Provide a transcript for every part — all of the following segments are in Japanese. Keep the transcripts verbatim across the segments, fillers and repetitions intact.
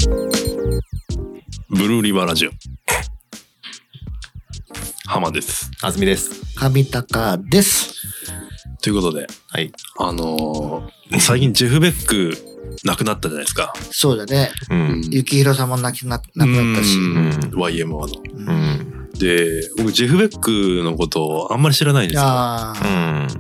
ブルーリバーラジオ浜です。 あずみです。 上高です。 ということで、はい、あのー、最近ジェフ・ベック亡くなったじゃないですか。 そうだね。うん、幸宏さんも亡くなったし、うん、 ワイエムオー の、うん。で、僕ジェフ・ベックのことをあんまり知らないんですよ。あ、 うん、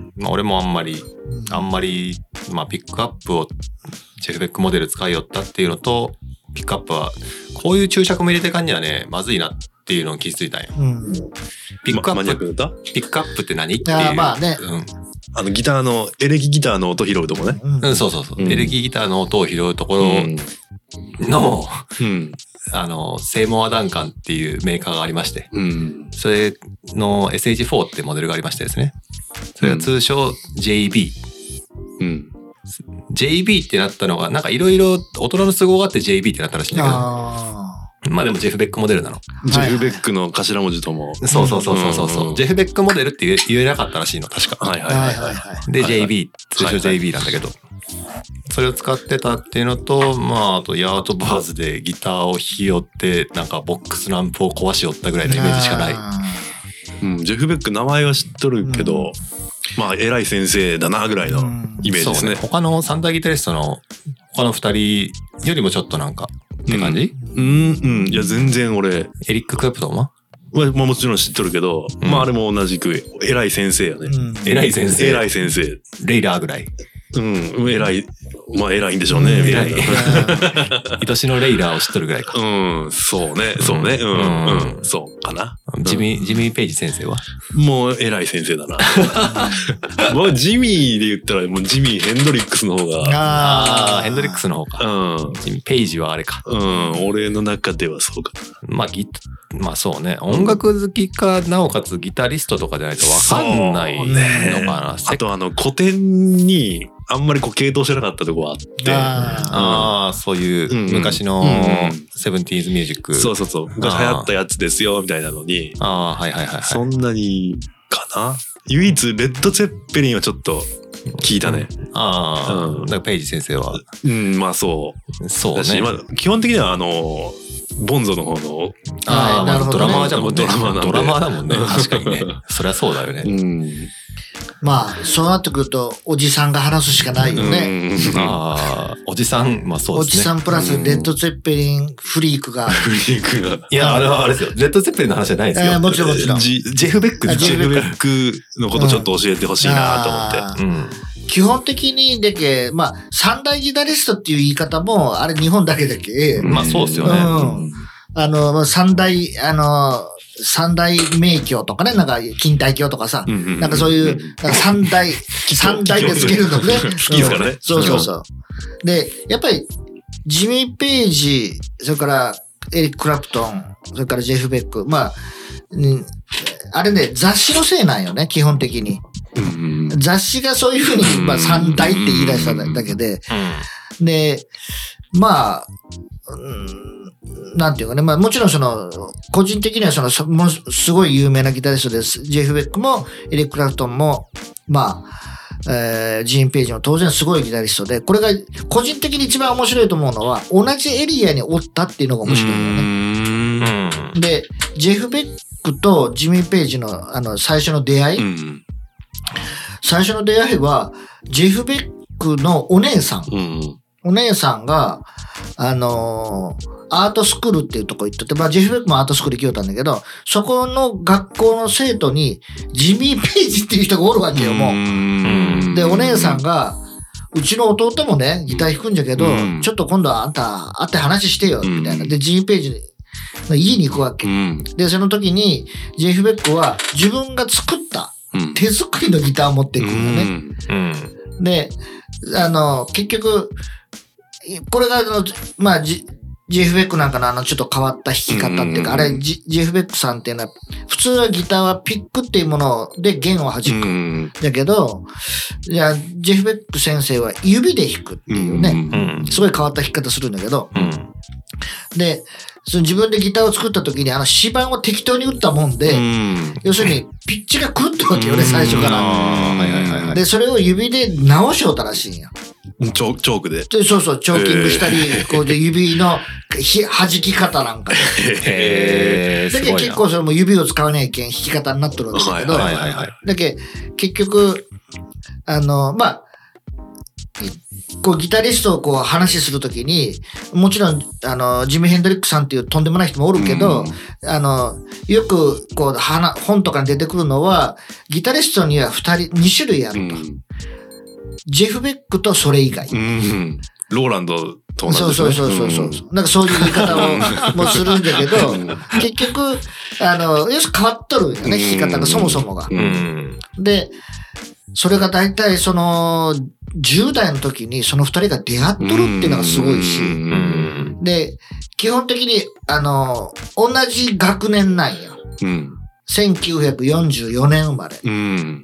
まあ、俺もあんまり、あんまり、まあ、ピックアップをジェフ・ベックモデル使いよったっていうのと、ピックアップはこういう注釈も入れてかんにはねまずいなっていうのを気づいたんよ。うん、ピックアップ、ま、ピックアップって何っていう。あ、まあね。うん、 あのギターのエレキギターの音拾うとこね。 うん、うん、そうそうそう、うん。エレキギターの音を拾うところの、うん、あのセイモア・ダンカンっていうメーカーがありまして、うん、それの エスエイチフォー ってモデルがありましてですね。それが通称 ジェイビー。うん。ジェイビー ってなったのがなんかいろいろ大人の都合があって ジェイビー ってなったらしいんだけど、あまあでもジェフ・ベックモデルなの。 ジェフ・ベックの頭文字とも、 そうそうそうそうそう、うん、ジェフ・ベックモデルって言え、言えなかったらしいの確か。はいはいはいはい。で ジェイビー、通称 ジェイビー なんだけど、それを使ってたっていうのと、まああとヤートバーズでギターを弾き寄ってなんかボックスのアンプを壊しよったぐらいのイメージしかない。 うん、ジェフ・ベック名前は知っとるけど、うん、まあ偉い先生だなぐらいのイメージですね。うん、そうね。 他の三大ギタリストの他の二人よりもちょっとなんかって感じ？ うん、うん、うん、いや全然俺エリック・クラプトンは？ まあもちろん知っとるけど、うん、まああれも同じく偉い先生やね。うん、 偉い先生。 偉い先生。 レイラーぐらい。 うん、偉い。まあ偉いんでしょうね。 偉い。愛しのレイラーを知っとるぐらいか。 うん、そうね、そうね、うん、うん、そうかな。 ジミー、ジミー・ペイジ先生はもう偉い先生だな。もうジミーで言ったらもうジミー・ヘンドリックスの方が。 ああ、ヘンドリックスの方か。うん。ジミー・ペイジはあれか。 うん、俺の中ではそうかな。 まあギまあそうね。音楽好きか、なおかつギタリストとかじゃないと分かんないのかな。ね、 あとあの古典に、あんまりこう系統してなかったとこはあって。 ああ、うん、そういう昔のセブンティーズミュージック。 そうそうそう。昔流行ったやつですよ、みたいなのに。 ああ、はいはいはい、はい。 そんなにかな。唯一、レッド・ツェッペリンはちょっと聞いたね。 うん、ああ、うん。だからペイジ先生は。 うん、まあそう。そうね。まあ、基本的にはあの、ボンゾの方の。 ああ、まあドラマーじゃもんね。 ドラマードラマーだもんね。確かにね。そりゃそうだよね。うん。 まあ、そうなってくると、おじさんが話すしかないよね。 ああ、おじさん、まあそうですね。 おじさんプラス、レッド・ツェッペリンフリークが。 フリークが。 いや、あれはあれですよ。レッド・ツェッペリンの話じゃないですよ。 えー、もちろんもちろん。 ジェフ・ベックジェフ・ベックのことちょっと教えてほしいなと思って。うん。 基本的にだけ、まあ、三大ギタリストっていう言い方も、あれ日本だけだけ。 まあそうですよね。うん。 あの、三大、あの、三大名教とかね、なんか、錦帯教とかさ、うんうんうん、なんかそういう、なんか三大、三大でつけるのね。 好きですからね。 そうそうそう。で、やっぱり、ジミー・ペイジ、それからエリック・クラプトン、それからジェフ・ベック、まあ、うん、あれね、雑誌のせいなんよね、基本的に。うんうん、雑誌がそういうふうに、まあ、三大って言い出しただけで、うん、で、まあ、うんなんていうかね、まあもちろんその、個人的にはその、もすごい有名なギタリストです。ジェフ・ベックも、エリック・クラプトンも、まあ、えー、ジーン・ペイジも当然すごいギタリストで、これが個人的に一番面白いと思うのは、同じエリアにおったっていうのが面白いよね。で、ジェフ・ベックとジミー・ペイジのあの、最初の出会い、うん、最初の出会いは、ジェフ・ベックのお姉さん、うん、お姉さんが、あのー、アートスクールっていうとこ行ってて、まあ、ジェフ・ベックもアートスクール行きよったんだけど、そこの学校の生徒に、ジミー・ペイジっていう人がおるわけよ、もう。で、お姉さんが、うちの弟もね、ギター弾くんじゃけど、ちょっと今度はあんた、会って話してよ、みたいな。で、ジミー・ペイジの家に行くわけ。で、その時に、ジェフ・ベックは自分が作った手作りのギターを持っていくんだね。で、あの、結局、これが、あの、まあ、ジェフ・ベックなんかのあのちょっと変わった弾き方っていうか、あれジ、ジェフ・ベックさんっていうのは、普通はギターはピックっていうもので弦を弾く。だけど、いや、ジェフ・ベック先生は指で弾くっていうね、すごい変わった弾き方するんだけど、で、その自分でギターを作った時にあの指板を適当に打ったもんで、要するにピッチが狂ったわけよね、最初から。で、それを指で直しよったらしいんや。 チョークで。 で、そうそう、チョーキングしたり、えー、こうで指のひ弾き方なんかで。 へー、 だけど結構それも指を使わないけん弾き方になってるわけだけど、 はいはいはい、 だけど結局、あの、まあ、こうギタリストをこう話するときに、もちろん、あの、ジミー・ヘンドリックさんっていうとんでもない人もおるけど、うん、あの、よくこう、本とかに出てくるのは、ギタリストには二人、二種類あると。うん、ジェフ・ベックとそれ以外。 うん、ローランドと同じですね。 そうそうそうそう。うん、なんかそういう言い方をもするんだけど、結局、あの、要するに変わっとるよね、弾き方がそもそもが。うん、で、それが大体その、じゅう代の時にその二人が出会っとるっていうのがすごいし、で、基本的に、あの、同じ学年なんよ。うん、せんきゅうひゃくよんじゅうよねん生まれ。 うん、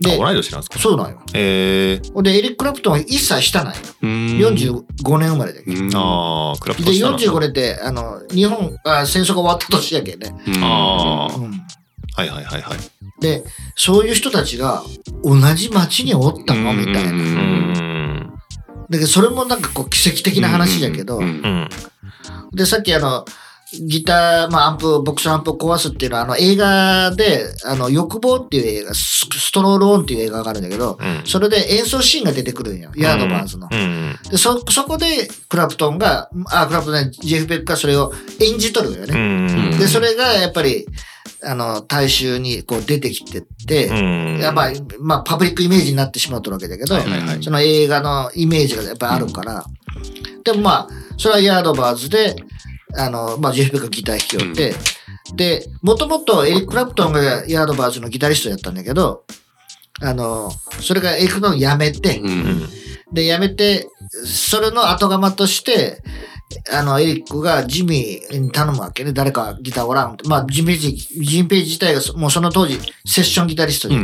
で、同い年なんですか？ そうなんよ。 えー、で、エリック・クラプトンは一切下なんよ。よんじゅうごねん生まれだけど。 ああ、クラプトンで、よんじゅうごねんって、あの、日本、あ戦争が終わった年やけんね。 ああ、うん。はいはいはいはい。 で、そういう人たちが同じ町におったのみたいな。だけど、それもなんかこう奇跡的な話だけど、で、さっきあの、ギター、まあアンプ、ボックスアンプを壊すっていうのは、あの映画で、あの、欲望っていう映画、ストロールオンっていう映画があるんだけど、うん、それで演奏シーンが出てくるんよ。ヤードバーズの。うん、で、そ、そこで、クラプトンが、あ、クラプトンね、ジェフ・ベックがそれを演じとるよね。うん、で、それがやっぱり、あの、大衆にこう出てきてって、うん、やっぱり、まあ、パブリックイメージになってしまうとるわけだけど、はいはいはい、その映画のイメージがやっぱりあるから、うん、でもまあ、それはヤードバーズで、あの、まあ、ジェフ・ベックがギター弾きよって、うん、で、もともとエリック・クラプトンがヤードバーズのギタリストやったんだけど、あの、それがエリック・クラプトン辞めて、うん、で、辞めて、それの後釜として、あの、エリックがジミーに頼むわけね。誰かギターおらんって。まあ、ジミージ、ジンページ自体がもうその当時、セッションギタリストで、うんうん、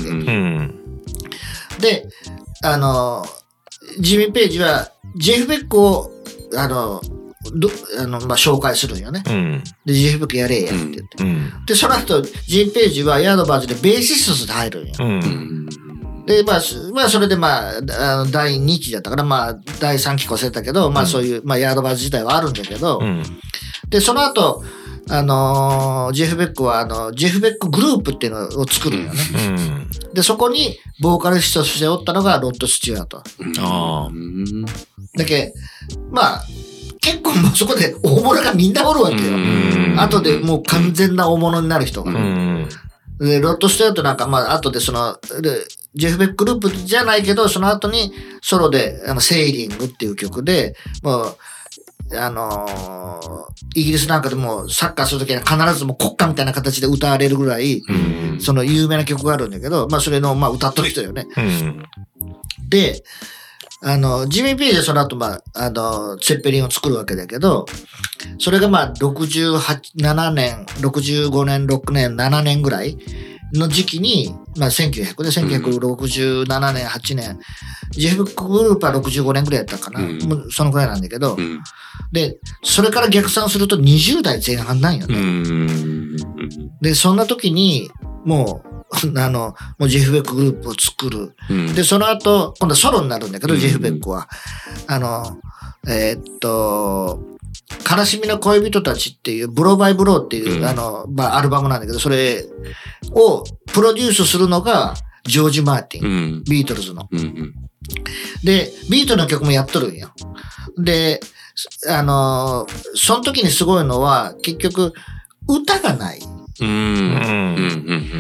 で、あの、ジミー・ページは、ジェフ・ベックを、あの、どあの、まあ、紹介するんよね。うん、で、ジェフ・ベックやれやって言って、うん。で、その後、ジンページはヤードバーズでベーシストとして入るんよ。うんで、まあ、まあ、それでまあ、あのだいにきだったから、まあ、だいさんき越せたけど、まあそういう、まあ、ヤードバーズ自体はあるんだけど、うん、で、その後、あのー、ジェフ・ベックは、あの、ジェフ・ベックグループっていうのを作るんよね。うん、で、そこに、ボーカリストとしておったのが、ロッド・スチュアート。あだけまあ、結構もうそこで大物がみんなおるわけよ。後でもう完全な大物になる人が。うんで、ロッド・スチュアートなんか、まあ、後でその、でジェフ・ベックグループじゃないけど、その後にソロで、あの、セーリングっていう曲で、もう、あのー、イギリスなんかでもサッカーするときは必ずもう国歌みたいな形で歌われるぐらい、うん、その有名な曲があるんだけど、まあそれの、まあ歌っとる人よね。うん、で、あの、ジミー・ページはその後、まあ、あの、ツェッペリンを作るわけだけど、それがまあ、ろくじゅうはち、ななねん、ろくじゅうごねん、ろくねん、ななねんぐらいの時期に、まあ、せんきゅうひゃくで、せんきゅうひゃくろくじゅうななねん、はちねん、ジェフ・グループはろくじゅうごねんぐらいやったかな。うん、もうそのくらいなんだけど、うん、で、それから逆算するとにじゅう代前半なんよね。うん、で、そんな時に、もう、あの、もうジェフ・ベックグループを作る。うん、で、その後、今度はソロになるんだけど、うん、ジェフ・ベックは。あの、えー、っと、悲しみの恋人たちっていう、ブローバイブローっていう、うん、あの、まあ、アルバムなんだけど、それをプロデュースするのが、ジョージ・マーティン。うん、ビートルズの、うんうん。で、ビートルズの曲もやっとるんよ。で、あの、その時にすごいのは、結局、歌がない。うん、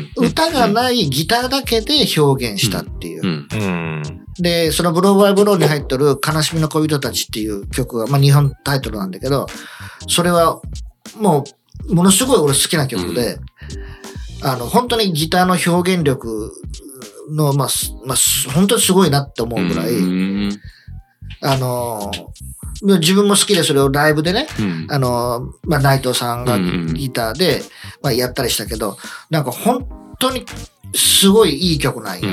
歌がないギターだけで表現したっていう。うんうん、で、そのブローバイブローに入ってる悲しみの恋人たちっていう曲が、まあ日本タイトルなんだけど、それはもう、ものすごい俺好きな曲で、うん、あの、本当にギターの表現力の、まあ、まあ、本当にすごいなって思うぐらい、うん、あの、自分も好きでそれをライブでね、うん、あの、まあ、内藤さんがギターで、まあ、やったりしたけど、なんか本当にすごいいい曲なんよ。うん、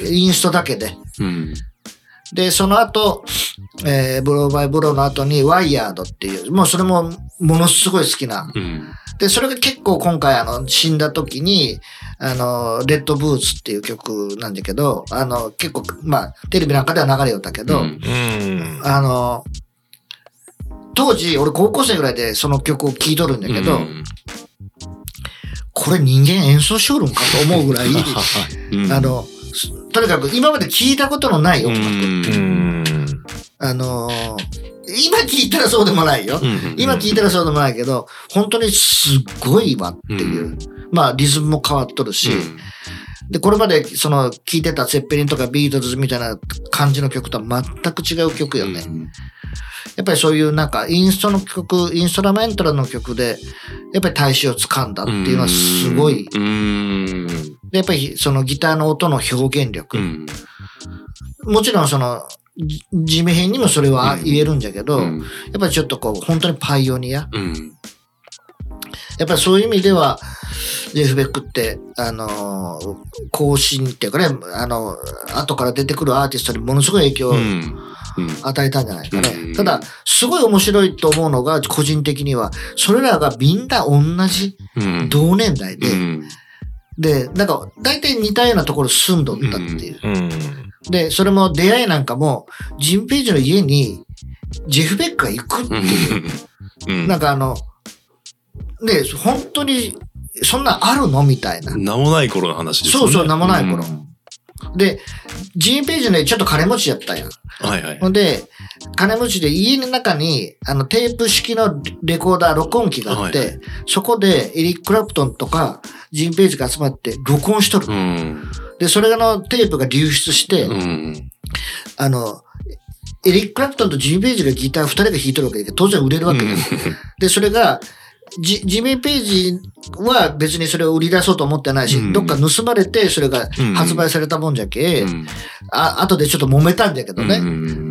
インストだけで。うん、で、その後、えー、ブローバイブローの後にワイヤードっていう、もうそれもものすごい好きな。うん、で、それが結構今回あの死んだ時に、 あの、レッドブーツっていう曲なんだけど、あの、結構、まあ、テレビなんかでは流れよったけど、うん、あの、当時、俺高校生ぐらいでその曲を聴いとるんだけど、うん、これ人間演奏しよるんかと思うぐらい、うん、あの、とにかく今まで聞いたことのない音楽。うん、あのー、今聞いたらそうでもないよ。今聞いたらそうでもないけど、本当にすっごいわっていう。うん、まあリズムも変わっとるし、うん、で、これまでその聞いてたセッペリンとかビートルズみたいな感じの曲とは全く違う曲よね。うん、やっぱりそういうなんかインストの曲、インストラメンタルの曲で、やっぱり大衆を掴んだっていうのはすごい。うん、で、やっぱりそのギターの音の表現力。うん、もちろんその、地味編にもそれは言えるんじゃけど、うん、やっぱりちょっとこう、本当にパイオニア。うん、やっぱりそういう意味では、ジェフ・ベックって、あのー、更新っていうかね、あの、後から出てくるアーティストにものすごい影響を与えたんじゃないかね。うんうん、ただ、すごい面白いと思うのが、個人的には、それらがみんな同じ同年代で、うん、で、なんか、大体似たようなところ住んどったっていう。うんうん、で、それも出会いなんかも、ジン・ペイジの家に、ジェフ・ベックが行くっていう。うん、なんかあの、で、本当に、そんなあるのみたいな。 名もない頃の話ですよね。 そうそう、名もない頃。うん、で、ジン・ペイジね、ちょっと金持ちやったやん。はいはい。ほんで、金持ちで家の中に、あの、テープ式のレコーダー、録音機があって、はいはい、そこでエリック・クラプトンとか、ジン・ペイジが集まって録音しとる。うん、で、それのテープが流出して、うん、あの、エリック・クラプトンとジン・ペイジがギター二人が弾いとるわけで、当然売れるわけです。うん、で、それが、ジ, ジミー・ペイジは別にそれを売り出そうと思ってないし、うん、どっか盗まれてそれが発売されたもんじゃけ、うん、あ後でちょっと揉めたんだけどね、うん、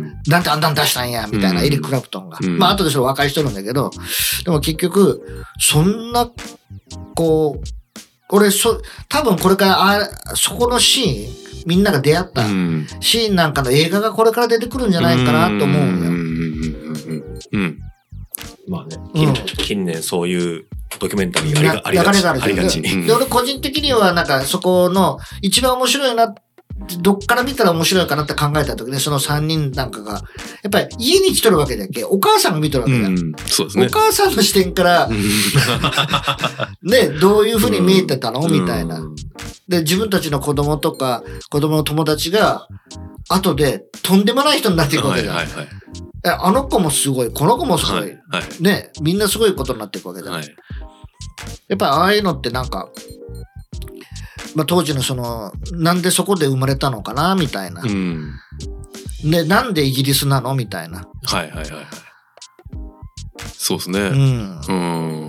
なんてあんたん出したんやみたいな、うん、エリック・クラプトンが、うん、まあ後でそれ和解しとるんだけど、でも結局そんなこう俺そ多分これからあそこのシーンみんなが出会ったシーンなんかの映画がこれから出てくるんじゃないかなと思うんだよ。 うん、まあね、近, 近年そういうドキュメンタリーありがありがち。ありがち。 で、俺個人的にはなんかそこの一番面白いな、どっから見たら面白いかなって考えた時にそのさんにんなんかが、やっぱり家に来とるわけだっけ、お母さんが見とるわけだ、うん。そうですね。お母さんの視点から、ね、どういうふうに見えてたの、うん、みたいな。で、自分たちの子供とか子供の友達が後でとんでもない人になっていくわけだ。はいはいはい、あの子もすごい、この子もすごい、はいはい、ね、みんなすごいことになっていくわけだ、はい。やっぱりああいうのってなんか、まあ当時のその、なんでそこで生まれたのかなみたいな、うん。で、なんでイギリスなのみたいな。 はいはいはいはい。そうですね。うん。うん。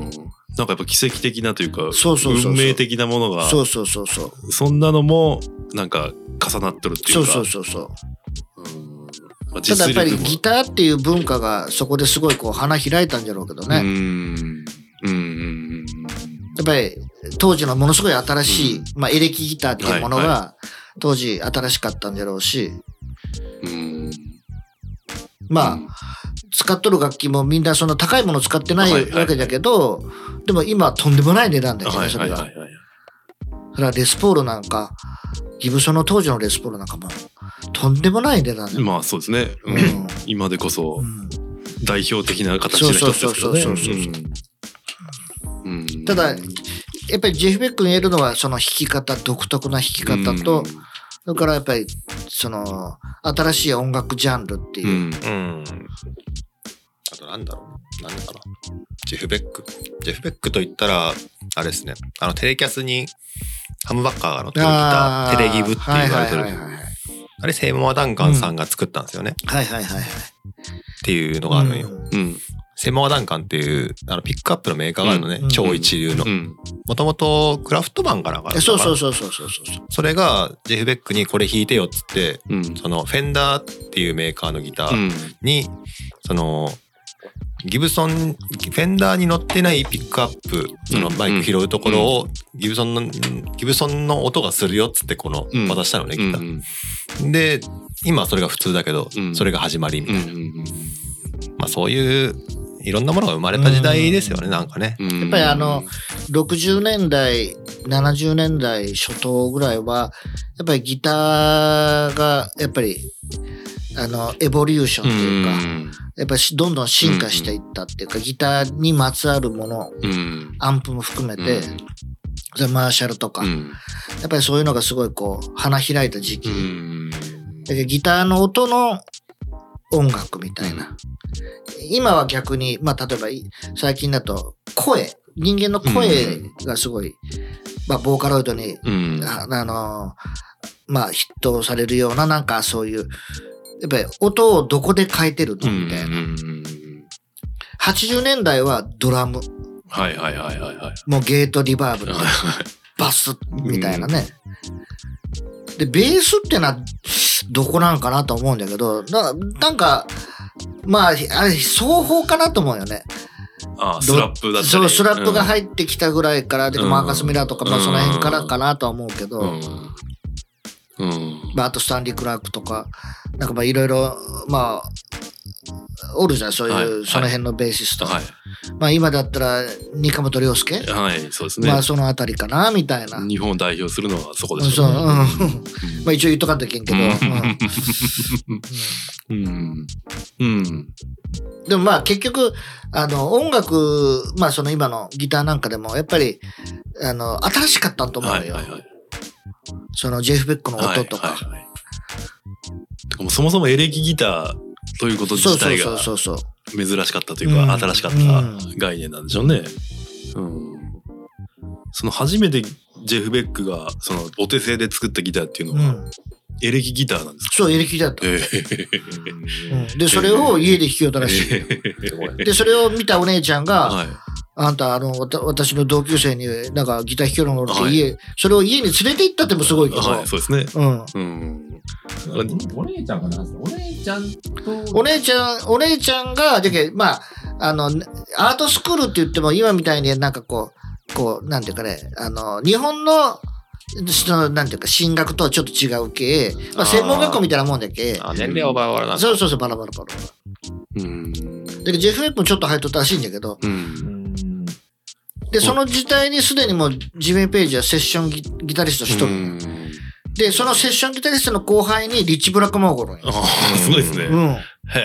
なんかやっぱ奇跡的なというか、そうそうそうそう、運命的なものが、そうそうそうそう。そんなのもなんか重なってるっていうか。そうそうそうそう。うん、 ただやっぱりギターっていう文化がそこですごいこう花開いたんじゃろうけどね。うん。うん。やっぱり当時のものすごい新しい、うん、まあエレキギターっていうものが当時新しかったんじゃろうし、うん、まあ、うん、使っとる楽器もみんなその高いもの使ってないわけだけど、はいはい、でも今とんでもない値段だよね、それが。それはレスポールなんか、ギブソンの当時のレスポールなんかもとんでもない値段だよ。 まあそうですね。うん、今でこそ代表的な形の一つですけどね。そうそうそうそうそう。 うん、ただやっぱりジェフ・ベックに言えるのはその弾き方、独特な弾き方と、うん、それからやっぱりその新しい音楽ジャンルっていう、うんうん、 あとなんだろうなんだろうジェフ・ベックジェフ・ベックといったらあれですね、あのテレキャスにハムバッカーが乗ってきたテレギブって言われてる、はいはいはいはい、あれセイモア・ダンカンさんが作ったんですよね、うん、はいはいはいはいっていうのがあるのよ、うんうん、セイモア・ダンカンっていうあのピックアップのメーカーがあるのね、うん、超一流のもともとクラフトマンかなんかそうそうそうそうそうそれがジェフ・ベックにこれ弾いてよっつって、うん、そのフェンダーっていうメーカーのギターに、うん、そのギブソンフェンダーに乗ってないピックアップそのマイク拾うところをギブソンのギブソンの音がするよっつってこの渡したのね、ギターで今それが普通だけどそれが始まりみたいな、まあそういういろんなものが生まれた時代ですよね、なんかね。 やっぱりあのろくじゅうねんだいななじゅうねんだい初頭ぐらいは、やっぱりギターが、やっぱり、あの、エボリューションというか、うん、やっぱりどんどん進化していったっていうか、うん、ギターにまつわるもの、うん、アンプも含めて、うん、マーシャルとか、うん、やっぱりそういうのがすごいこう、花開いた時期。うん、だけどギターの音の音楽みたいな。今は逆に、まあ例えば最近だと声、人間の声がすごい、うん、まあボーカロイドに、うん、あ, あの、まあ筆頭されるようななんかそういう、やっぱり音をどこで変えてるのみたいな。はちじゅうねんだいはドラム。 はいはいはいはい、はい。 もうゲートリバーブのバスみたいなね。で、ベースってのはどこなのかなと思うんだけど、な, なんか、まあ、あれ、双方かなと思うよね。 ああ、スラップだったり。 そう、スラップが入ってきたぐらいから、で、うん、マーカス・ミラーとか、まあその辺からかなとは思うけど、うんうん、まああとスタンリー・クラークとか、なんかまあいろいろ、まあ、おるじゃん、そういう、はい、その辺のベーシスト。はい、まあ今だったら、二カ本亮介。 はい、そうですね。 まあそのあたりかな、みたいな。 日本を代表するのはそこですよね。そう、うん。 まあ一応言っとかんといけんけど。 うん。うん。 でもまあ結局、あの、音楽、まあその今のギターなんかでも、やっぱり、あの、新しかったと思うよ。はいはいはい、そのジェフ・ベックの音とか。はいはいはい、 もそもそもエレキギターということ自体が珍しかったというか、うん、新しかった概念なんでしょうね。うん、その初めてジェフ・ベックがそのお手製で作ったギターっていうのは、うん、エレキギターなんですか？ そう、エレキギターだった、えーうん。で、それを家で弾きよったらしい、えー。で、それを見たお姉ちゃんが、はい、あんた、あの、私の同級生になんかギター弾きよるのって家、はい、それを家に連れて行ったってもすごいけど。 はい、そうですね。うん。うんお姉ちゃんかな、お姉ちゃんと。 お姉ちゃん、お姉ちゃんが、じゃけ、まあ、あの、アートスクールって言っても今みたいになんかこう、こう、なんていうかね、あの、日本の、そのなんていうか、進学とはちょっと違う系、まあ、専門学校みたいなもんだけ。 あ、年齢はバラバラなんだ。 そうそうそう、バラバラバラバラ。うん。だけど、ジェフ・ベックもちょっと入っとったらしいんだけど、うん。で、その時代にすでにもう、ジミー・ペイジはセッション ギ, ギタリストしとる。で、そのセッションギタリストの後輩にリッチ・ブラックモーゴルン。 ああ、すごいですね。うん。へ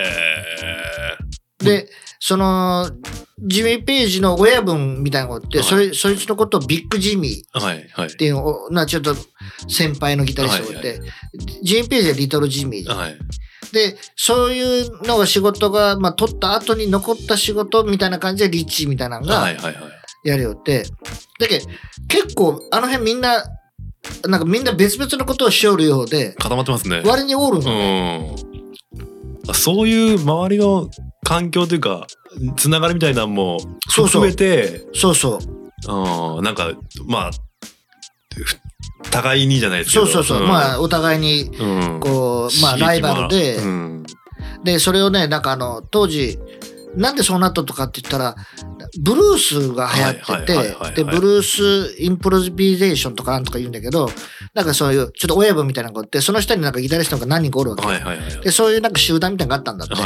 え。で、その、ジミー・ペイジの親分みたいなのがあって、はい、それ、そいつのことをビッグ・ジミーっていうのな、ちょっと先輩のギタリストがいて、はいはい、ジミー・ペイジはリトル・ジミー。はい、で、そういうのが仕事が、まあ、取った後に残った仕事みたいな感じでリッチみたいなのが、やるよって。だけど、結構、あの辺みんな、なんかみんな別々のことをしよるようで、 固まってますね。 割におるのね。 うん。そういう周りの環境というか、つながりみたいなのも含めて、 そうそう。そうそううん。なんか、まあ、互いにじゃないですけど。 そうそうそう。うん、まあ、お互いに、こう、うん、まあ、ライバルで、うん、で、それをね、なんかあの、当時、なんでそうなったとかって言ったら、ブルースが流行ってて、で、ブルースインプロビゼーションとかなんとか言うんだけど、なんかそういう、ちょっと親分みたいなのがあって、その下になんかギタリストが何人かおるわけ、はいはいはい、で、そういうなんか集団みたいなのがあったんだって。はい、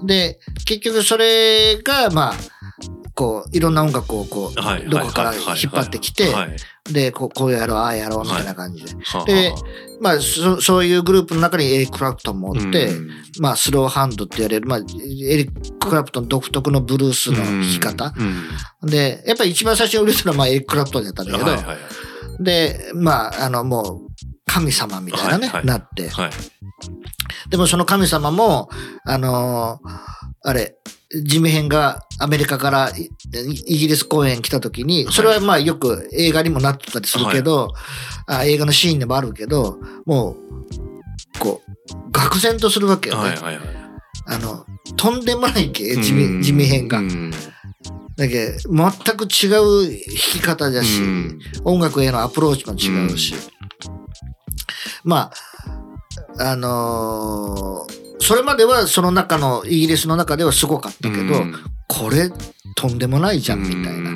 で、結局それが、まあ、こう、いろんな音楽をこう、はい、どこから引っ張ってきて、で、こう、こうやろう、ああやろう、みたいな感じで。はい、で、まあそ、そういうグループの中にエリック・クラプトンもおって、うん、まあ、スローハンドって言われる、まあ、エリック・クラプトン独特のブルースの弾き方。うんうん、で、やっぱり一番最初に売れたのは、まあ、エリック・クラプトンだったんだけど、はいはい、で、まあ、あの、もう、神様みたいなね、はいはい、なって、はい。でもその神様も、あのー、あれ、ジミヘンがアメリカからイギリス公演来た時に、それはまあよく映画にもなってたりするけど、はい、あ映画のシーンでもあるけど、もう、こう、愕然とするわけよね。はいはいはい、あの、とんでもないけ、ジミ、ジミヘンが。だけど、全く違う弾き方だし、音楽へのアプローチも違うし。まあ、あのー、それまではその中のイギリスの中ではすごかったけど、うん、これとんでもないじゃんみたいな、うん、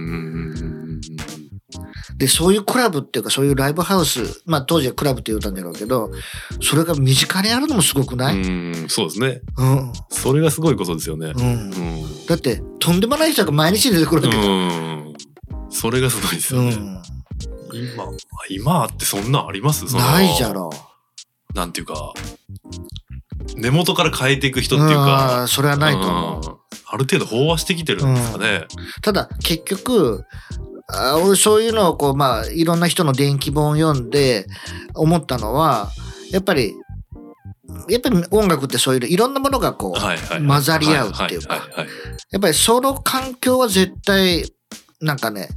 でそういうクラブっていうかそういうライブハウス、まあ当時はクラブって言うたんだろうけど、それが身近にあるのもすごくない？ うん、そうですね、うん、それがすごいことですよね、うんうん、 だってとんでもない人が毎日出てくるわけだ、うん、 それがすごいですよね、うん、 今、今ってそんなんあります？そのないじゃろ。 なんていうか、根元から変えていく人っていうか。 それはないと思う。 ある程度飽和してきてるんですかね。 うん、ただ、結局、あ俺そういうのをこう、まあ、いろんな人の伝記本を読んで思ったのは、やっぱり、やっぱり音楽ってそういういろんなものがこう混ざり合うっていうか、やっぱりその環境は絶対なんかね、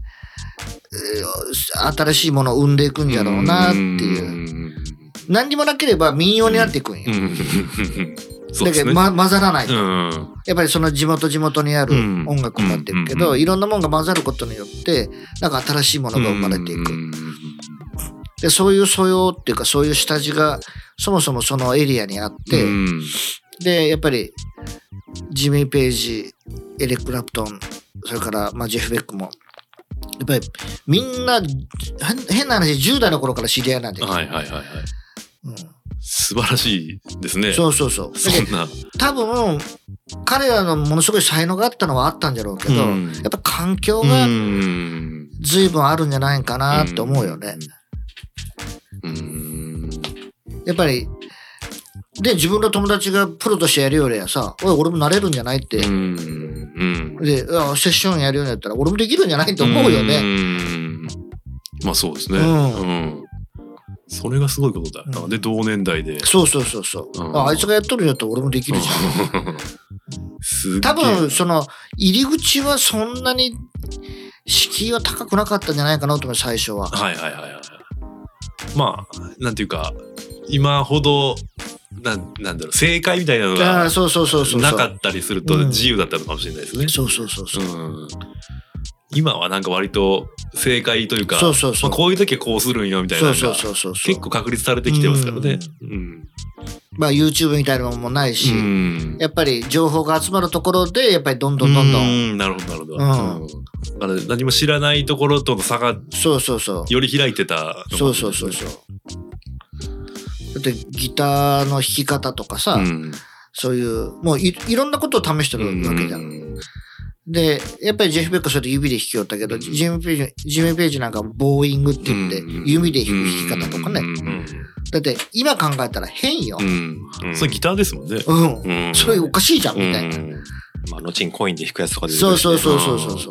新しいものを生んでいくんじゃろうなっていう。何にもなければ民謡になっていくんよ。だけど、ま、混ざらないと、うん、やっぱりその地元地元にある音楽になっていくけど、うん、いろんなものが混ざることによってなんか新しいものが生まれていく、うん、でそういう素養っていうかそういう下地がそもそもそのエリアにあって、うん、でやっぱりジミー・ペイジ、エリック・クラプトン、それからまあジェフ・ベックもやっぱりみんな変な話じゅう代の頃から知り合いなんだよね。 はいはいはいはい、うん、素晴らしいですね。 そうそうそう。 そんな多分彼らのものすごい才能があったのはあったんだろうけど、うん、やっぱ環境が随分あるんじゃないかなって思うよね。うん、やっぱりで自分の友達がプロとしてやるよりはさ、おい俺もなれるんじゃないって、うん、でセッションやるようになったら俺もできるんじゃないと思うよね。うん、 まあそうですね。うんうんそれがすごいことだよな、うん、で同年代でそうそうそうそう、うん、あ, あいつがやっとるんやったら俺もできるじゃんす多分その入り口はそんなに敷居は高くなかったんじゃないかなと思う最初は。 はいはいはいはい。まあなんていうか今ほどな, なんだろう正解みたいなのがなかったりすると自由だったのかもしれないですね。 そうそうそうそう、うん、 今はなんか割と正解というか、そうそうそう、まあ、こういう時はこうするんよみたいなのが結構確立されてきてますからね。うん、うん、 まあ YouTube みたいなものもないし、うん、やっぱり情報が集まるところでやっぱりどんどんどんどん、うん、 なるほどなるほど、うん、だから何も知らないところとの差がそうそうそうより開いてた、 そうそうそうそう。だってギターの弾き方とかさ、うん、そういうもう い, いろんなことを試してるわけじゃん。うんで、やっぱりジェフ・ベックはそれで指で弾きよったけど、うん、ジミー・ページ、ジミー・ページなんかボーイングって言って、指で弾く弾き方とかね。うん、だって今考えたら変よ。うんうん、それギターですもんね。 うん。うん、それおかしいじゃん、みたいな。うん、 まあ、後にコインで弾くやつとかで、ね。 そうそうそうそうそうそう。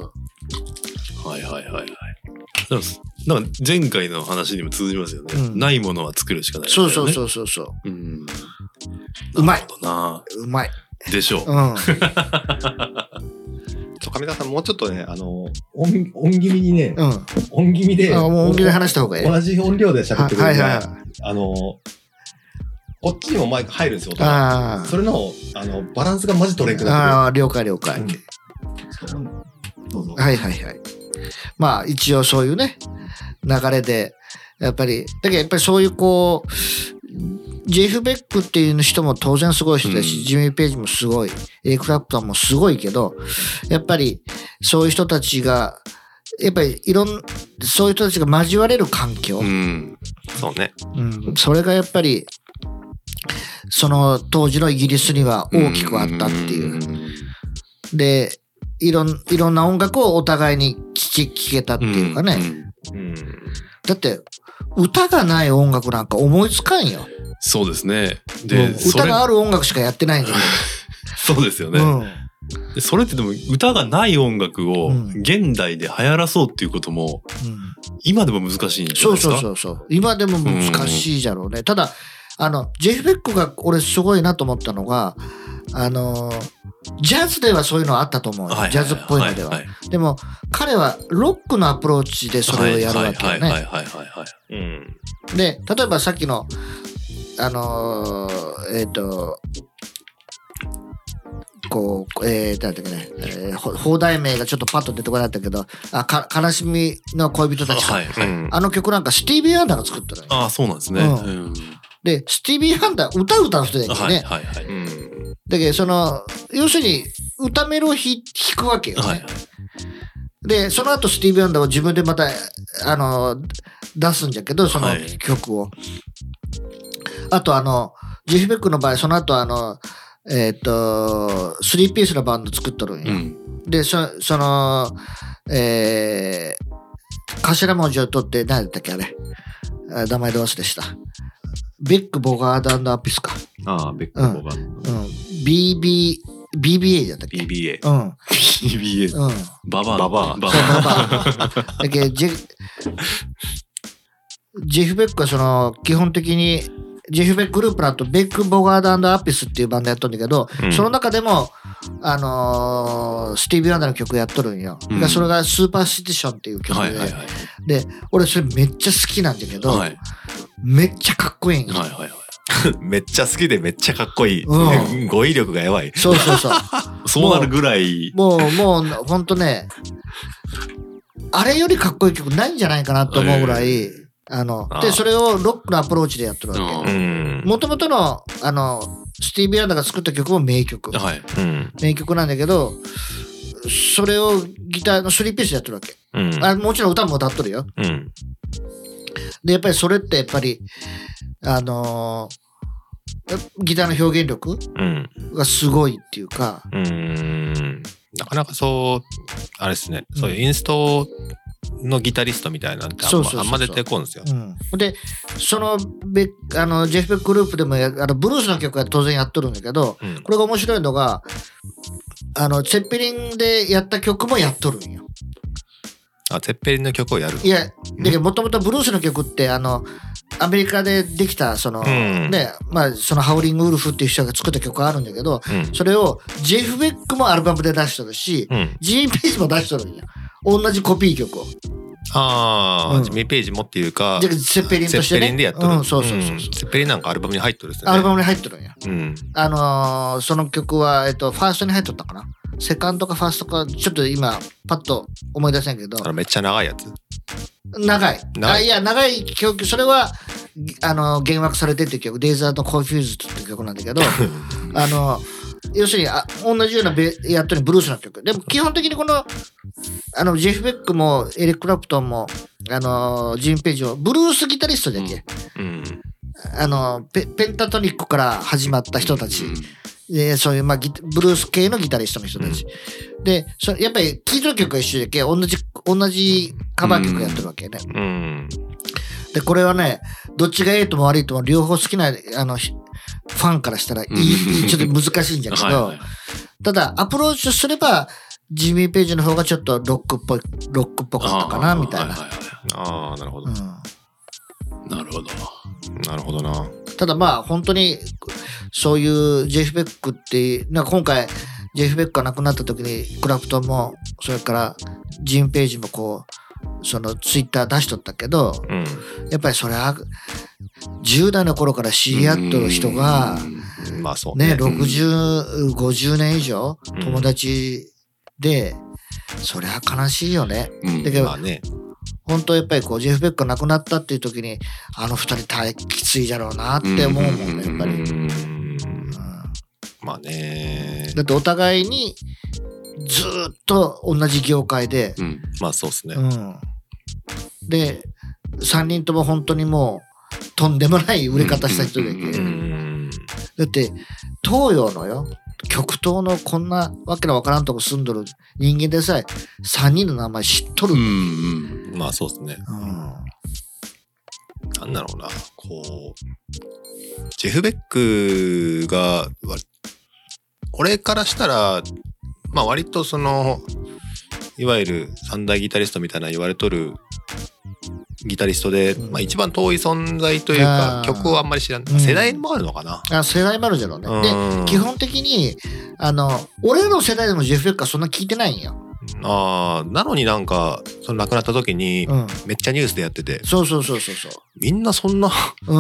はいはいはいはい。なんか前回の話にも通じますよね。うん、ないものは作るしかない、ね。 そうそうそうそうそう。うん、うまい。 なうまい。 でしょう。 うん上田さんもうちょっとね、あの、音、音気味にね、 うん、 音気味で、 あ、もう音気味で話した方がいい。 同じ音量で喋ってくれるから、はいはいはい、あの、こっちにもマイク入るんですよ、音が。それの、あの、バランスがマジ取れんくなってくる。 ああ、了解了解、うん。どうぞ。はいはいはい。まあ、一応そういうね、流れで、やっぱり、だけどやっぱりそういうこう、ジェフ・ベックっていう人も当然すごい人だし、うん、ジミー・ページもすごい、エリック・クラプトンもすごいけど、やっぱりそういう人たちが、やっぱりいろん、そういう人たちが交われる環境。うん、 そうね。 うん、それがやっぱり、その当時のイギリスには大きくあったっていう。うん、で、いろん、いろんな音楽をお互いに聴き、聴けたっていうかね。うんうん、だって、歌がない音楽なんか思いつかんよ。 そうですね。で、 歌がある音楽しかやってないんだよ。 そうですよね、うんで。それってでも歌がない音楽を現代で流行らそうっていうことも、うん、今でも難しいんじゃないですか。 そうそうそうそう。今でも難しいじゃろうね。うん、ただ、あの、ジェフ・ベックが俺すごいなと思ったのが、あの、ジャズではそういうのあったと思うよ。ジャズっぽいのでは。でも、彼はロックのアプローチでそれをやるわけよね。で、例えばさっきの、あのー、えっ、ー、と、こう、えー、なんだっけね、えー、放題名がちょっとパッと出てこなかったけど、あ、か、悲しみの恋人たちか。はいはい、あの曲なんかスティービー・アンダーが作ったのよ。 ああ、そうなんですね。うんうん、 で、スティービー・アンダー、歌歌う人だけどね。はいはいはい。うん、だけど、その、要するに、歌メロ弾くわけよね。はいはい、で、その後スティービー・アンダーを自分でまた、あの、出すんじゃけど、その曲を。はい、あとあの、ジェフ・ベックの場合、その後あの、えっ、ー、と、スリーピースのバンド作っとるんよ。うん、で、そ、その、えー、 頭文字を取って何だったっけあれ、名前で忘れした。ベック・ボガード&アピスか。 ああ、ベック・ボガード。 うん。うん、ビービー、ビービーエー だったっけビービーエー。うん。 ビービーエー。うん。ババア。 ババア。 ババア。だけど、ジェ、ジェフ・ベックはその、基本的に、ジェフ・ベックグループの後、ベック・ボガード&アピスっていうバンドやっとるんだけど、うん、その中でも、あのー、スティービー・ワンダーの曲やっとるんよ。うん、それがスーパーシティションっていう曲で、はいはいはい、で、俺それめっちゃ好きなんだけど、はい、めっちゃかっこいいんよ。はいはいはいめっちゃ好きでめっちゃかっこいい。うん、語彙力がやばい。 そうそうそう。 そうなるぐらい。 もう、もう、もうほんとね、あれよりかっこいい曲ないんじゃないかなと思うぐらい、あの、で、それをロックのアプローチでやってるわけ。もともとの、あの、スティービー・ワンダーが作った曲も名曲。はい、名曲なんだけど、それをギターのスリーピースでやってるわけ。うん、あもちろん歌も歌っとるよ。うん、で、やっぱりそれってやっぱり、あのー、ギターの表現力がすごいっていうか、 うん、うんなかなかそうあれですね、うん、そういうインストのギタリストみたいなんてあん ま, あんま出てこんですよ。うん、 でそのベあのジェフ・ベックグループでもやあのブルースの曲は当然やっとるんだけど、うん、これが面白いのがあのツェッペリンでやった曲もやっとるんよ。 あツェッペリンの曲をやる。 いやだけどもともとブルースの曲ってあのアメリカでできたその、うん、ねまあそのハウリングウルフっていう人が作った曲があるんだけど、うん、それをジェフ・ベックもアルバムで出しとるし、うん、ジーン・ページも出しとるんよ。同じコピー曲を。 ああ、うん、ジミー・ページもっていうかセッペリンとしてね。セッペリンでやっとる。 うん、そうそうそうそう、うん。 セッペリンなんかアルバムに入っとるっすよね。 アルバムに入っとるんや。うん。あのー、その曲はえっとファーストに入っとったかな。セカンドかファーストかちょっと今パッと思い出せんけど。 あのめっちゃ長いやつ。 長い。長い。あいや長い曲それはあの原枠されてっていう曲、デイザードコンフューズっていう曲なんだけど、あの要するにあ同じようなベやっとるブルースの曲。でも基本的にこのあのジェフ・ベックもエリック・クラプトンもあのジーン・ページもブルースギタリストだっけ、うんうん、あの ペ, ペンタトニックから始まった人たち、うんでそういう、まあ、ブルース系のギタリストの人たち、うん、でそやっぱり聴いてる曲が一緒だけ同じ同じカバー曲やってるわけね、うんうん、でこれはねどっちがいいとも悪いとも両方好きなあのファンからしたらいいちょっと難しいんじゃけど、はいはい、ただアプローチすればジミー・ページの方がちょっとロックっぽいロックっぽかったかなみたいな。 ああなるほど、うん、 なるほどなるほどな。 ただまあ本当にそういうジェフ・ベックってなんか今回ジェフ・ベックが亡くなった時にクラプトンもそれからジーン・ページもこうそのツイッター出しとったけど、うん、やっぱりそれはじゅう代の頃から知り合っとる人がまあそうね、 ねろくじゅう、ごじゅうねん以上友達でそれは悲しいよね、うん、だけど、まあね本当やっぱりこうジェフ・ベックが亡くなったっていう時にあの二人大きついじゃろうなって思うもんねやっぱり、うんうん、 まあねだってお互いにずっと同じ業界で、 うん、まあそうですね、 うん、でさんにんとも本当にもうとんでもない売れ方した人だけ、うんうん、だって東洋のよ極東のこんなわけのわからんとこ住んどる人間でさえさんにんの名前知っとるんだよ、 うんうん、まあそうですね、うん、なんだろうなこうジェフ・ベックが俺からしたらまあ割とそのいわゆる三大ギタリストみたいな言われとるギタリストで、うんまあ、一番遠い存在というか曲をあんまり知らない、うん、世代もあるのかな。 あ世代もあるじゃろうね、うん、で基本的にあの俺らの世代でもジェフ・ベックはそんな聞いてないんよ。 あなのになんかその亡くなった時にめっちゃニュースでやってて、 うん、そうそうそうそうそうみんなそんな、うん、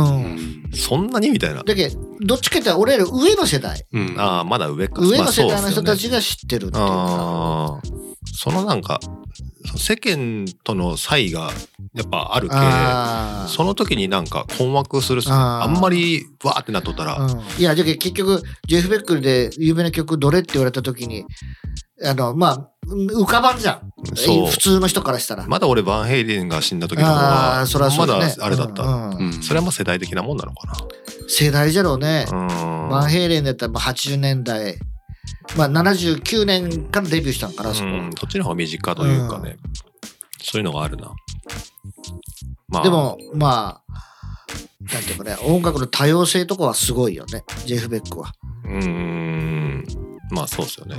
そんなにみたいなだけどどっちかって俺ら上の世代、 うん、あまだ上か上の世代の人たちが知ってるっていうか、まあ、 そ, う、ね、そのなんか世間との差異がやっぱあるけその時になんか困惑するあ, あんまりわーってなっとったら、うん、 いやじゃ結局ジェフ・ベックで有名な曲どれって言われた時にあのまあ浮かばんじゃん普通の人からしたら。 まだ俺バンヘイレンが死んだ時の方がそ、ね、 まだあれだった、うんうんうん、それはまあ世代的なもんなのかな。 世代じゃろうね。うんバンヘイレンだったらはちじゅうねんだいまあななじゅうきゅうねんからデビューしたのかなそこ、うん、 そっちの方が身近というかね、うん、そういうのがあるな。 まあ、でもまあなんていうかね、音楽の多様性とかはすごいよね、ジェフ・ベックは。 うーん、まあそうですよね。うん、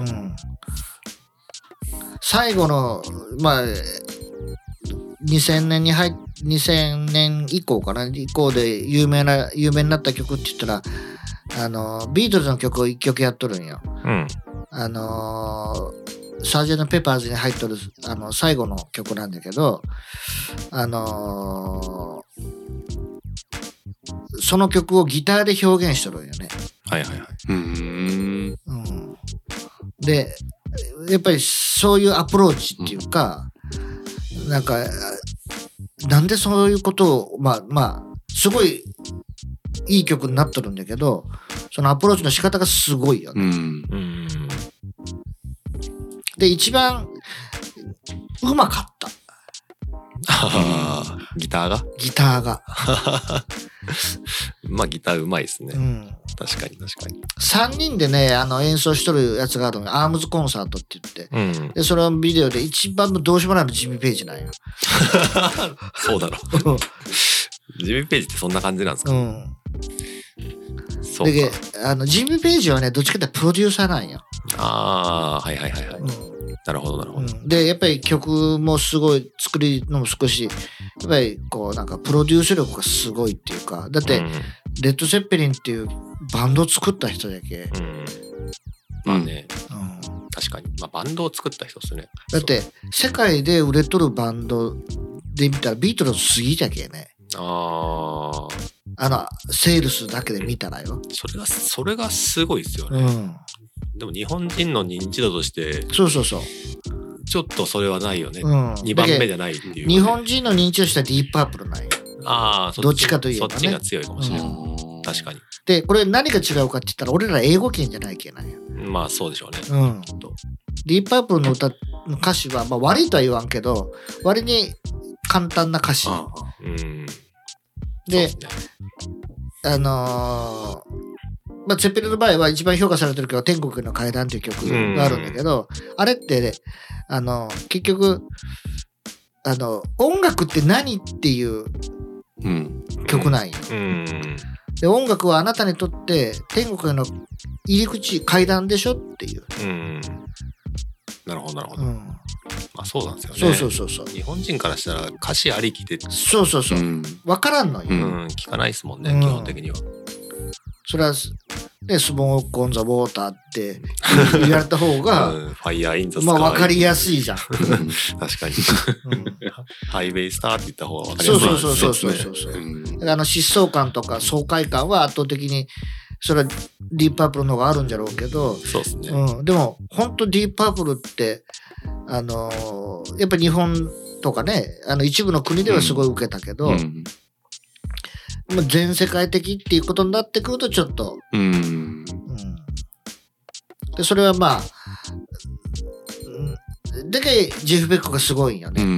最後のまあにせんねんに入っにせんねん以降かな以降で有名な有名になった曲って言ったら、あのビートルズの曲を一曲やっとるんよ。うん、あのサージェント・ペパーズに入っとるあの最後の曲なんだけど、あのー、その曲をギターで表現しとるんよね。 はいはいはい。うーん、 うん、でやっぱりそういうアプローチっていうか、うん、なんかなんでそういうことをまあまあすごいいい曲になっとるんだけど、そのアプローチの仕方がすごいよね。うん、で一番うまかった。 あギターがギターがまあギターうまいですね、うん、確かに確かに。 さんにんでねあの演奏しとるやつがあるの、アームズコンサートって言って、うん、でそれはビデオで一番のどうしようもないのジミー・ペイジなんよそうだろジミー・ペイジってそんな感じなんですか。うん、 そうか。であのジミー・ペイジはねどっちかってプロデューサーなんよ。 ああはいはいはいはい、うん、なるほどなるほど、うん、 でやっぱり曲もすごい作りのも少しやっぱりこうなんかプロデュース力がすごいっていうか、だって、うん、レッド・セッペリンっていうバンドを作った人だけ、うん、 まあね、うん、確かに、まあ、バンドを作った人ですね。 だって世界で売れとるバンドで見たらビートルズ過ぎだけね。ああのセールスだけで見たらよ。 それがそれがすごいですよね、うん、でも日本人の認知度としてそうそうそうちょっとそれはないよね、うん、にばんめじゃないっていう、ね、 日本人の認知度としてはディープパープルないよ。 ああ、 どっちかといえばねそっちが強いかもしれない、うん、確かに。 でこれ何が違うかって言ったら俺ら英語圏じゃないけないよ。 まあそうでしょうね、 うん、ディープパープルの歌の歌詞は、まあ、悪いとは言わんけど割に簡単な歌詞、ああ、うんで、ね、あのー、まあ、ツェッペリンの場合は一番評価されてる曲は天国の階段という曲があるんだけど、あれって、ね、あの結局あの音楽って何っていう曲なんよ、うんうん、で音楽はあなたにとって天国への入り口階段でしょっていう、うん、 なるほどなるほど、うん、まあそうなんですよね。 そうそうそうそう。 日本人からしたら歌詞ありきでそうそうそう、うん、分からんのよ、 うん、聞かないですもんね、うん、基本的には。 それはね、スモークオンザウォーターって言われた方が、うん、 ファイヤーインザスカイ、まあ分かりやすいじゃん。 確かに、うん、ハイウェイスターって言った方が分かりやすい。 そうそうそうそうそうそう、うん、だからあの疾走感とか爽快感は圧倒的にそれはディープパープルの方があるんじゃろうけど、 そうですね、 うん、でも本当ディープパープルってあのー、やっぱり日本とかねあの一部の国ではすごい受けたけど、うん、まあ、全世界的っていうことになってくるとちょっと、うんうん、でそれはまあだけジェフ・ベックがすごいんよね、うん、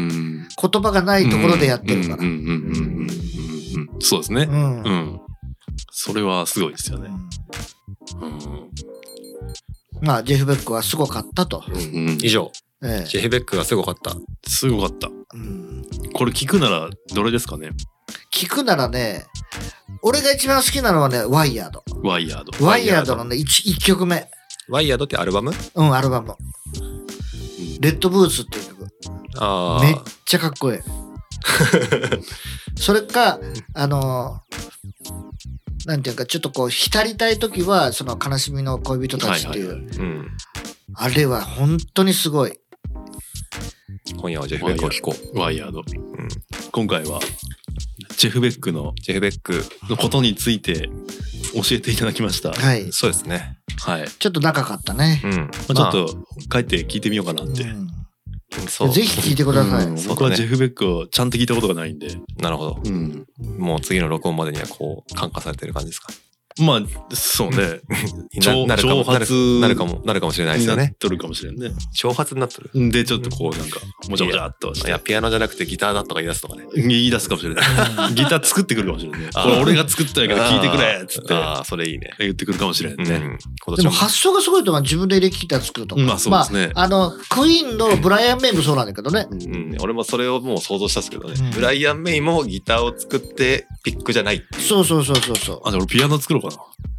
言葉がないところでやってるからそうですね、うんうん、それはすごいですよね、うんうん、 まあジェフ・ベックはすごかったと、うんうん、以上、ええ、ジェフ・ベックがすごかったすごかった、うん、これ聞くならどれですかね。 聞くならね俺が一番好きなのはねワイヤードワイヤードワイヤードのね 1, 1曲目ワイヤードってアルバム？ うんアルバム、うん、レッドブーツっていう曲あめっちゃかっこいいそれかあのー、なんていうかちょっとこう浸りたい時はその悲しみの恋人たちっていう、はいはいはい、うん、あれは本当にすごい。 今夜はジェフ・ベックを聴こう。ワイヤード、うん、今回はジェフ・ベックのジェフ・ベックのことについて教えていただきました。 はい、 そうですね。 はい。 ちょっと長かったね。うん。 まあ、ちょっと帰って聞いてみようかなって。うん、 そうぜひ聞いてください。うん、 僕はジェフ・ベックをちゃんと聞いたことがないんで。 なるほど。うん。もう次の録音までにはこう感化されてる感じですか。 まあそうねなるかもなるなるかもなるかもしれないですよね。 なっとるかもしれんね。 挑発になっとる。 でちょっとこうなんかもちゃもちゃっとして、 いやピアノじゃなくてギターだとか言い出すとかね。 言い出すかもしれない。ギター作ってくるかもしれないね。これ俺が作ったんやから聴いてくれっつって。 ああそれいいね。 言ってくるかもしれんね。 うん、でも発想がすごいと思う。自分でエレキギター作るとか。 まあそうですね。 まあ、あのクイーンのブライアン・メイもそうなんだけどね。 うん、俺もそれをもう想像したんですけどね。うん、ブライアン・メイもギターを作ってピックじゃない。 そうそうそうそうそう。 あ、じゃあ俺ピアノ作ろうかな。